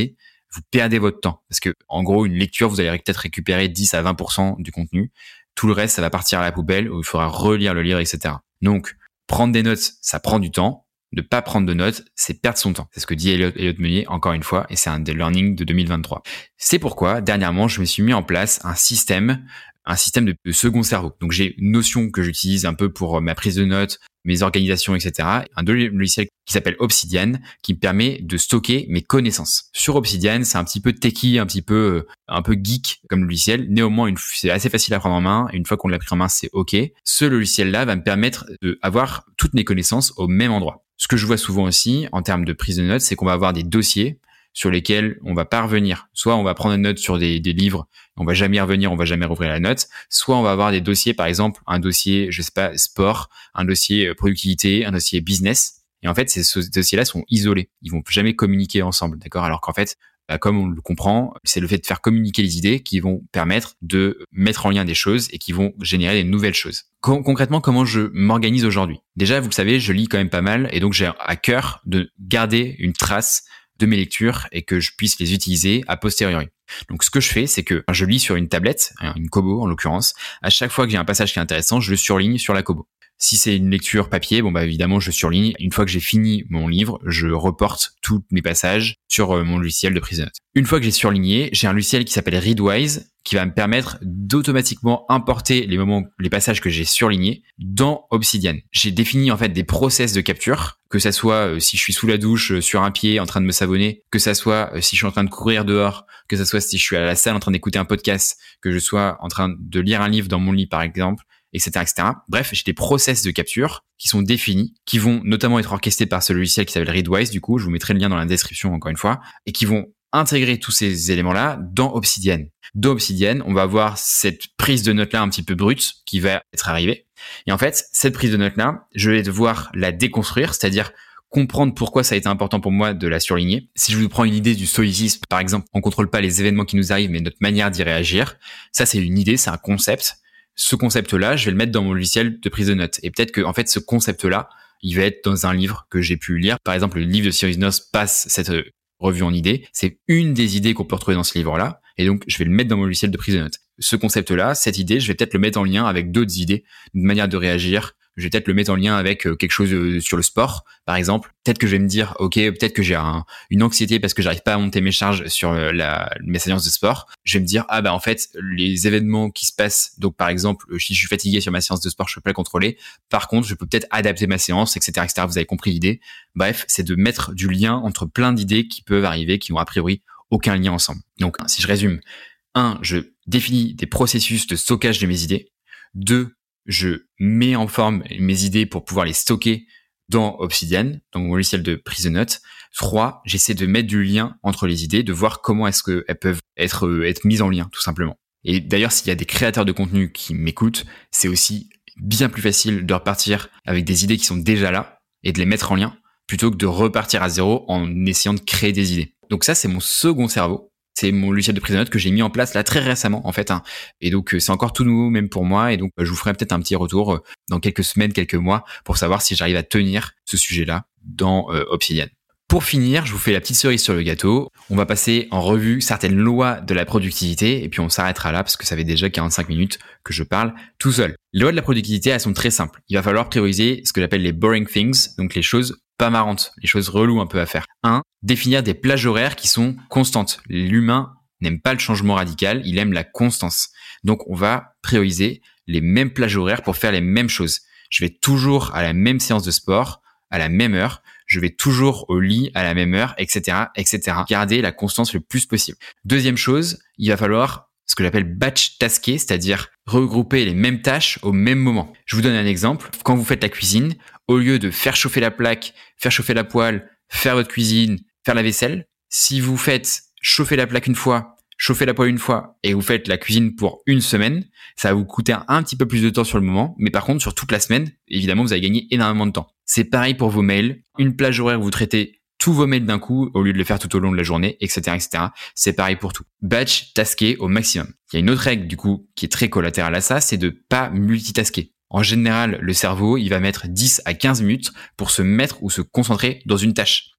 vous perdez votre temps. Parce que, en gros, une lecture, vous allez peut-être récupérer dix à vingt pour cent du contenu. Tout le reste, ça va partir à la poubelle où il faudra relire le livre, et cetera. Donc, prendre des notes, ça prend du temps. Ne pas prendre de notes, c'est perdre son temps. C'est ce que dit Elliot, Elliot Meunier, encore une fois, et c'est un des learnings de deux mille vingt-trois. C'est pourquoi, dernièrement, je me suis mis en place un système, un système de, de second cerveau. Donc, j'ai une notion que j'utilise un peu pour ma prise de notes, mes organisations, et cetera. Un logiciel qui s'appelle Obsidian, qui me permet de stocker mes connaissances. Sur Obsidian, c'est un petit peu techie, un petit peu, un peu geek comme logiciel. Néanmoins, une, c'est assez facile à prendre en main. Une fois qu'on l'a pris en main, c'est OK. Ce logiciel-là va me permettre d'avoir toutes mes connaissances au même endroit. Ce que je vois souvent aussi, en termes de prise de notes, c'est qu'on va avoir des dossiers sur lesquels on va pas revenir. Soit on va prendre une note sur des, des livres, on va jamais y revenir, on va jamais rouvrir la note. Soit on va avoir des dossiers, par exemple, un dossier, je sais pas, sport, un dossier productivité, un dossier business. Et en fait, ces, ces dossiers-là sont isolés. Ils vont jamais communiquer ensemble, d'accord? Alors qu'en fait, bah, comme on le comprend, c'est le fait de faire communiquer les idées qui vont permettre de mettre en lien des choses et qui vont générer des nouvelles choses. Con- concrètement, comment je m'organise aujourd'hui? Déjà, vous le savez, je lis quand même pas mal et donc j'ai à cœur de garder une trace de mes lectures et que je puisse les utiliser a posteriori. Donc, ce que je fais, c'est que je lis sur une tablette, une Kobo en l'occurrence. À chaque fois que j'ai un passage qui est intéressant, je le surligne sur la Kobo. Si c'est une lecture papier, bon bah évidemment je surligne. Une fois que j'ai fini mon livre, je reporte tous mes passages sur euh, mon logiciel de prise de notes. Une fois que j'ai surligné, j'ai un logiciel qui s'appelle Readwise qui va me permettre d'automatiquement importer les moments, les passages que j'ai surlignés dans Obsidian. J'ai défini en fait des process de capture, que ça soit euh, si je suis sous la douche euh, sur un pied en train de me savonner, que ça soit euh, si je suis en train de courir dehors, que ça soit si je suis à la salle en train d'écouter un podcast, que je sois en train de lire un livre dans mon lit par exemple. Etc., et cetera. Bref, j'ai des process de capture qui sont définis, qui vont notamment être orchestrés par ce logiciel qui s'appelle Readwise. Du coup, je vous mettrai le lien dans la description encore une fois, et qui vont intégrer tous ces éléments-là dans Obsidian. Dans Obsidian, on va avoir cette prise de notes-là un petit peu brute qui va être arrivée. Et en fait, cette prise de notes-là, je vais devoir la déconstruire, c'est-à-dire comprendre pourquoi ça a été important pour moi de la surligner. Si je vous prends une idée du stoïcisme, par exemple, on contrôle pas les événements qui nous arrivent, mais notre manière d'y réagir. Ça, c'est une idée, c'est un concept. Ce concept-là, je vais le mettre dans mon logiciel de prise de notes. Et peut-être que, en fait, ce concept-là, il va être dans un livre que j'ai pu lire. Par exemple, le livre de Cyrus North passe cette revue en idées. C'est une des idées qu'on peut retrouver dans ce livre-là. Et donc, je vais le mettre dans mon logiciel de prise de notes. Ce concept-là, cette idée, je vais peut-être le mettre en lien avec d'autres idées, une manière de réagir. Je vais peut-être le mettre en lien avec quelque chose sur le sport, par exemple. Peut-être que je vais me dire, ok, peut-être que j'ai un, une anxiété parce que j'arrive pas à monter mes charges sur la, mes séances de sport. Je vais me dire, ah bah en fait, les événements qui se passent, donc par exemple, si je suis fatigué sur ma séance de sport, je peux pas le contrôler. Par contre, je peux peut-être adapter ma séance, et cetera, et cetera. Vous avez compris l'idée. Bref, c'est de mettre du lien entre plein d'idées qui peuvent arriver, qui ont a priori aucun lien ensemble. Donc, si je résume, un, je définis des processus de stockage de mes idées. Deux, je mets en forme mes idées pour pouvoir les stocker dans Obsidian, dans mon logiciel de prise de notes. Trois, j'essaie de mettre du lien entre les idées, de voir comment est-ce qu'elles peuvent être, être mises en lien, tout simplement. Et d'ailleurs, s'il y a des créateurs de contenu qui m'écoutent, c'est aussi bien plus facile de repartir avec des idées qui sont déjà là et de les mettre en lien, plutôt que de repartir à zéro en essayant de créer des idées. Donc ça, c'est mon second cerveau. C'est mon logiciel de prise de notes que j'ai mis en place là très récemment en fait. Hein. Et donc c'est encore tout nouveau même pour moi. Et donc je vous ferai peut-être un petit retour dans quelques semaines, quelques mois pour savoir si j'arrive à tenir ce sujet-là dans euh, Obsidian. Pour finir, je vous fais la petite cerise sur le gâteau. On va passer en revue certaines lois de la productivité et puis on s'arrêtera là parce que ça fait déjà quarante-cinq minutes que je parle tout seul. Les lois de la productivité, elles sont très simples. Il va falloir prioriser ce que j'appelle les boring things, donc les choses pas marrantes, les choses reloues un peu à faire. Un, définir des plages horaires qui sont constantes. L'humain n'aime pas le changement radical, il aime la constance. Donc on va prioriser les mêmes plages horaires pour faire les mêmes choses. Je vais toujours à la même séance de sport, à la même heure. Je vais toujours au lit à la même heure, et cetera, et cetera. Garder la constance le plus possible. Deuxième chose, il va falloir ce que j'appelle batch tasker, c'est-à-dire regrouper les mêmes tâches au même moment. Je vous donne un exemple. Quand vous faites la cuisine, au lieu de faire chauffer la plaque, faire chauffer la poêle, faire votre cuisine, faire la vaisselle, si vous faites chauffer la plaque une fois, chauffer la poêle une fois et vous faites la cuisine pour une semaine, ça va vous coûter un, un petit peu plus de temps sur le moment, mais par contre, sur toute la semaine, évidemment, vous allez gagner énormément de temps. C'est pareil pour vos mails. Une plage horaire où vous traitez tous vos mails d'un coup au lieu de le faire tout au long de la journée, et cetera, et cetera. C'est pareil pour tout. Batch tasker au maximum. Il y a une autre règle, du coup, qui est très collatérale à ça, c'est de pas multitasker. En général, le cerveau, il va mettre dix à quinze minutes pour se mettre ou se concentrer dans une tâche.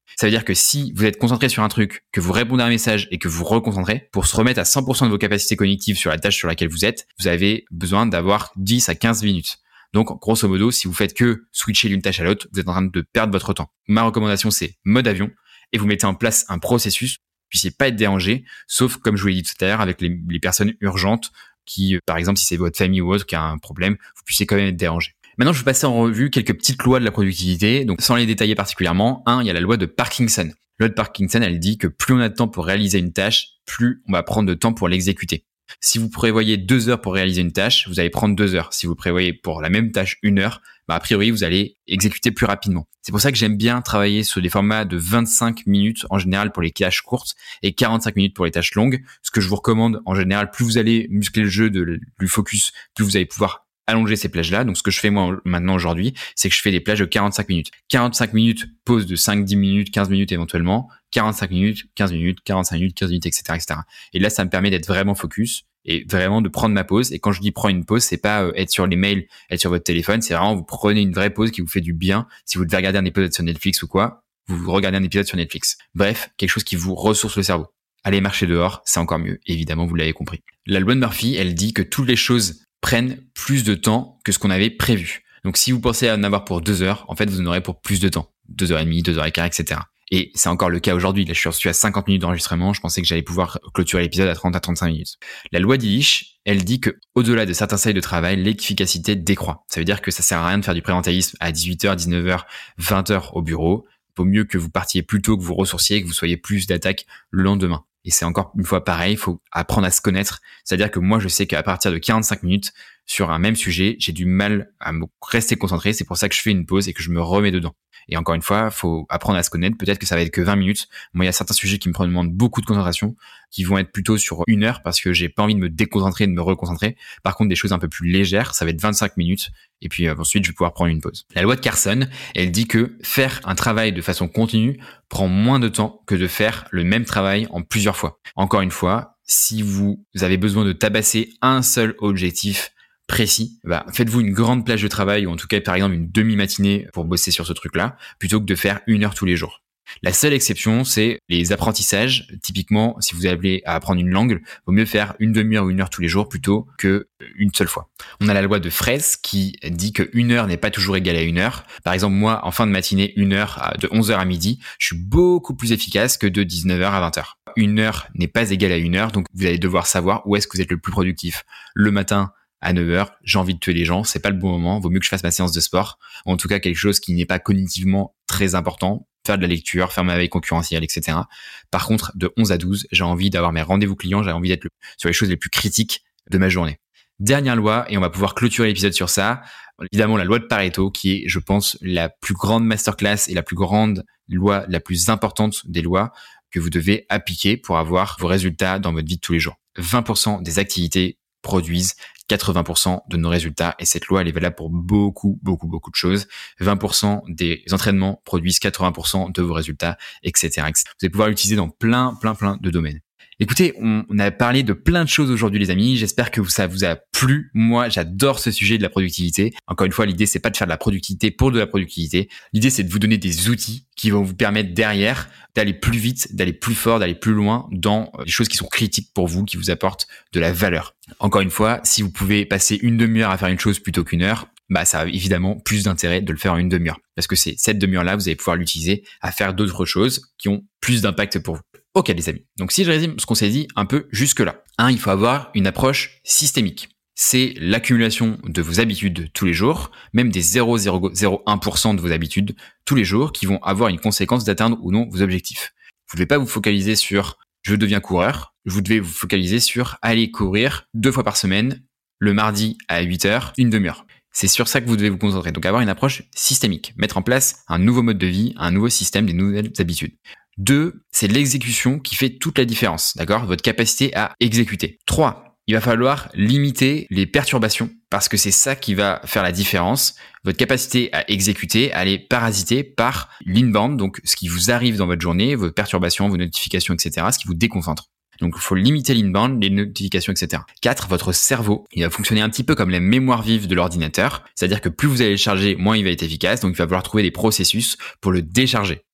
Ça veut dire que si vous êtes concentré sur un truc, que vous répondez à un message et que vous reconcentrez, pour se remettre à cent pour cent de vos capacités cognitives sur la tâche sur laquelle vous êtes, vous avez besoin d'avoir dix à quinze minutes. Donc, grosso modo, si vous faites que switcher d'une tâche à l'autre, vous êtes en train de perdre votre temps. Ma recommandation, c'est mode avion et vous mettez en place un processus, vous ne puissiez pas être dérangé, sauf, comme je vous l'ai dit tout à l'heure, avec les, les personnes urgentes qui, par exemple, si c'est votre famille ou autre qui a un problème, vous puissiez quand même être dérangé. Maintenant, je vais passer en revue quelques petites lois de la productivité. Donc, sans les détailler particulièrement, un, il y a la loi de Parkinson. La loi de Parkinson, elle dit que plus on a de temps pour réaliser une tâche, plus on va prendre de temps pour l'exécuter. Si vous prévoyez deux heures pour réaliser une tâche, vous allez prendre deux heures. Si vous prévoyez pour la même tâche une heure, bah, a priori, vous allez exécuter plus rapidement. C'est pour ça que j'aime bien travailler sur des formats de vingt-cinq minutes en général pour les tâches courtes et quarante-cinq minutes pour les tâches longues. Ce que je vous recommande en général, plus vous allez muscler le jeu de, du focus, plus vous allez pouvoir allonger ces plages-là. Donc, ce que je fais moi maintenant aujourd'hui, c'est que je fais des plages de quarante-cinq minutes. quarante-cinq minutes, pause de cinq, dix minutes, quinze minutes éventuellement. quarante-cinq minutes, quinze minutes, quarante-cinq minutes, quinze minutes, et cetera, et cetera. Et là, ça me permet d'être vraiment focus et vraiment de prendre ma pause. Et quand je dis prendre une pause, c'est pas euh, être sur les mails, être sur votre téléphone. C'est vraiment vous prenez une vraie pause qui vous fait du bien. Si vous devez regarder un épisode sur Netflix ou quoi, vous regardez un épisode sur Netflix. Bref, quelque chose qui vous ressource le cerveau. Allez marcher dehors, c'est encore mieux. Évidemment, vous l'avez compris. La loi de Murphy, elle dit que toutes les choses prennent plus de temps que ce qu'on avait prévu. Donc, si vous pensez en avoir pour deux heures, en fait, vous en aurez pour plus de temps. Deux heures et demie, deux heures et quart, et cetera. Et c'est encore le cas aujourd'hui. Là, je suis à cinquante minutes d'enregistrement. Je pensais que j'allais pouvoir clôturer l'épisode à trente à trente-cinq minutes. La loi d'Illich, elle dit que, au-delà de certains seuils de travail, l'efficacité décroît. Ça veut dire que ça sert à rien de faire du présentéisme à dix-huit heures, dix-neuf heures, vingt heures au bureau. Il vaut mieux que vous partiez plus tôt, que vous ressourciez, que vous soyez plus d'attaque le lendemain. Et c'est encore une fois pareil, il faut apprendre à se connaître. C'est-à-dire que moi, je sais qu'à partir de quarante-cinq minutes, sur un même sujet, j'ai du mal à me rester concentré. C'est pour ça que je fais une pause et que je me remets dedans. Et encore une fois, faut apprendre à se connaître. Peut-être que ça va être que vingt minutes. Moi, il y a certains sujets qui me demandent beaucoup de concentration, qui vont être plutôt sur une heure parce que j'ai pas envie de me déconcentrer, de me reconcentrer. Par contre, des choses un peu plus légères, ça va être vingt-cinq minutes. Et puis ensuite, je vais pouvoir prendre une pause. La loi de Carson, elle dit que faire un travail de façon continue prend moins de temps que de faire le même travail en plusieurs fois. Encore une fois, si vous avez besoin de tabasser un seul objectif précis, bah, faites-vous une grande plage de travail ou en tout cas par exemple une demi-matinée pour bosser sur ce truc-là plutôt que de faire une heure tous les jours. La seule exception, c'est les apprentissages. Typiquement, si vous avez à apprendre une langue, vaut mieux faire une demi-heure ou une heure tous les jours plutôt que une seule fois. On a la loi de Fraisse qui dit que une heure n'est pas toujours égale à une heure. Par exemple, moi, en fin de matinée, une heure de onze heures à midi, je suis beaucoup plus efficace que de dix-neuf heures à vingt heures. Une heure n'est pas égale à une heure, donc vous allez devoir savoir où est-ce que vous êtes le plus productif. Le matin, à neuf heures, j'ai envie de tuer les gens, c'est pas le bon moment, vaut mieux que je fasse ma séance de sport, ou en tout cas quelque chose qui n'est pas cognitivement très important, faire de la lecture, faire ma veille concurrentielle, et cetera. Par contre, de onze à douze, j'ai envie d'avoir mes rendez-vous clients, j'ai envie d'être le, sur les choses les plus critiques de ma journée. Dernière loi, et on va pouvoir clôturer l'épisode sur ça, évidemment la loi de Pareto, qui est, je pense, la plus grande masterclass et la plus grande loi, la plus importante des lois que vous devez appliquer pour avoir vos résultats dans votre vie de tous les jours. vingt pour cent des activités produisent quatre-vingts pour cent de nos résultats et cette loi elle est valable pour beaucoup beaucoup beaucoup de choses. vingt pour cent des entraînements produisent quatre-vingts pour cent de vos résultats, et cetera, et cetera. Vous allez pouvoir l'utiliser dans plein plein plein de domaines. Écoutez, on, on a parlé de plein de choses aujourd'hui les amis, j'espère que ça vous a plu. Moi j'adore ce sujet de la productivité. Encore une fois, l'idée c'est pas de faire de la productivité pour de la productivité, l'idée c'est de vous donner des outils qui vont vous permettre derrière d'aller plus vite, d'aller plus fort, d'aller plus loin dans des choses qui sont critiques pour vous, qui vous apportent de la valeur. Encore une fois, si vous pouvez passer une demi-heure à faire une chose plutôt qu'une heure, bah ça a évidemment plus d'intérêt de le faire en une demi-heure. Parce que c'est cette demi-heure-là, vous allez pouvoir l'utiliser à faire d'autres choses qui ont plus d'impact pour vous. Ok les amis, donc si je résume ce qu'on s'est dit un peu jusque-là. Un, il faut avoir une approche systémique. C'est l'accumulation de vos habitudes tous les jours, même des zéro virgule zéro zéro un pour cent de vos habitudes tous les jours qui vont avoir une conséquence d'atteindre ou non vos objectifs. Vous ne devez pas vous focaliser sur « je deviens coureur », vous devez vous focaliser sur « aller courir deux fois par semaine, le mardi à huit heures, une demi-heure ». C'est sur ça que vous devez vous concentrer. Donc avoir une approche systémique, mettre en place un nouveau mode de vie, un nouveau système, des nouvelles habitudes. Deux, c'est l'exécution qui fait toute la différence, d'accord ? Votre capacité à exécuter. Trois, il va falloir limiter les perturbations parce que c'est ça qui va faire la différence. Votre capacité à exécuter, à aller parasiter par l'inbound, donc ce qui vous arrive dans votre journée, vos perturbations, vos notifications, et cetera, ce qui vous déconcentre. Donc, il faut limiter l'inbound, les notifications, et cetera. Quatre, votre cerveau, il va fonctionner un petit peu comme la mémoire vive de l'ordinateur. C'est-à-dire que plus vous allez le charger, moins il va être efficace. Donc, il va falloir trouver des processus pour le décharger.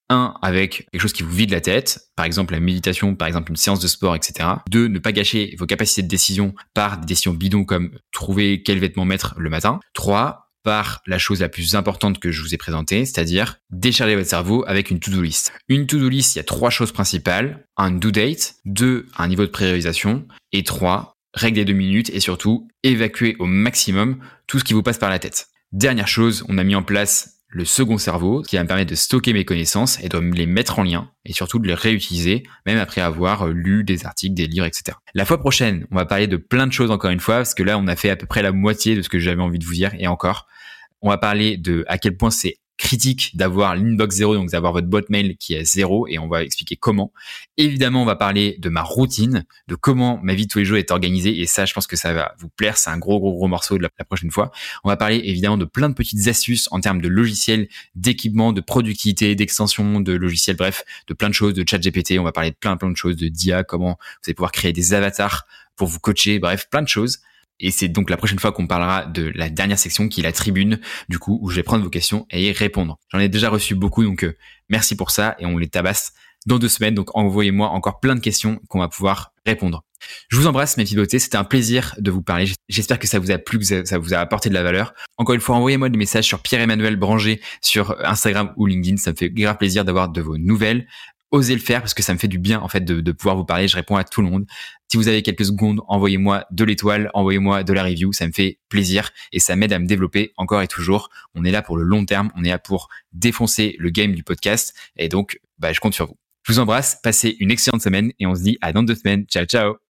Un, avec quelque chose qui vous vide la tête, par exemple la méditation, par exemple une séance de sport, et cetera. Deux, ne pas gâcher vos capacités de décision par des décisions bidons comme trouver quel vêtement mettre le matin. Trois, par la chose la plus importante que je vous ai présentée, c'est-à-dire décharger votre cerveau avec une to-do list. Une to-do list, il y a trois choses principales. Un due date, deux, un niveau de priorisation, et trois, règle des deux minutes et surtout, évacuer au maximum tout ce qui vous passe par la tête. Dernière chose, on a mis en place le second cerveau, qui va me permettre de stocker mes connaissances et de les mettre en lien et surtout de les réutiliser, même après avoir lu des articles, des livres, et cetera. La fois prochaine, on va parler de plein de choses encore une fois, parce que là, on a fait à peu près la moitié de ce que j'avais envie de vous dire et encore. On va parler de à quel point c'est critique d'avoir l'inbox zéro, donc d'avoir votre boîte mail qui est zéro, et on va expliquer comment. Évidemment, on va parler de ma routine, de comment ma vie de tous les jours est organisée, et ça, je pense que ça va vous plaire, c'est un gros, gros, gros morceau de la, la prochaine fois. On va parler évidemment de plein de petites astuces en termes de logiciels, d'équipement, de productivité, d'extension de logiciels, bref, de plein de choses, de chat G P T, on va parler de plein, plein de choses, de d'I A, comment vous allez pouvoir créer des avatars pour vous coacher, bref, plein de choses. Et c'est donc la prochaine fois qu'on parlera de la dernière section qui est la tribune, du coup, où je vais prendre vos questions et y répondre. J'en ai déjà reçu beaucoup, donc euh, merci pour ça et on les tabasse dans deux semaines. Donc envoyez-moi encore plein de questions qu'on va pouvoir répondre. Je vous embrasse mes petits beautés, c'était un plaisir de vous parler. J'espère que ça vous a plu, que ça vous a apporté de la valeur. Encore une fois, envoyez-moi des messages sur Pierre-Emmanuel Branger sur Instagram ou LinkedIn, ça me fait grave plaisir d'avoir de vos nouvelles. Osez le faire parce que ça me fait du bien en fait de, de pouvoir vous parler. Je réponds à tout le monde. Si vous avez quelques secondes, envoyez-moi de l'étoile, envoyez-moi de la review. Ça me fait plaisir et ça m'aide à me développer encore et toujours. On est là pour le long terme. On est là pour défoncer le game du podcast. Et donc, bah, je compte sur vous. Je vous embrasse. Passez une excellente semaine et on se dit à dans deux semaines. Ciao, ciao.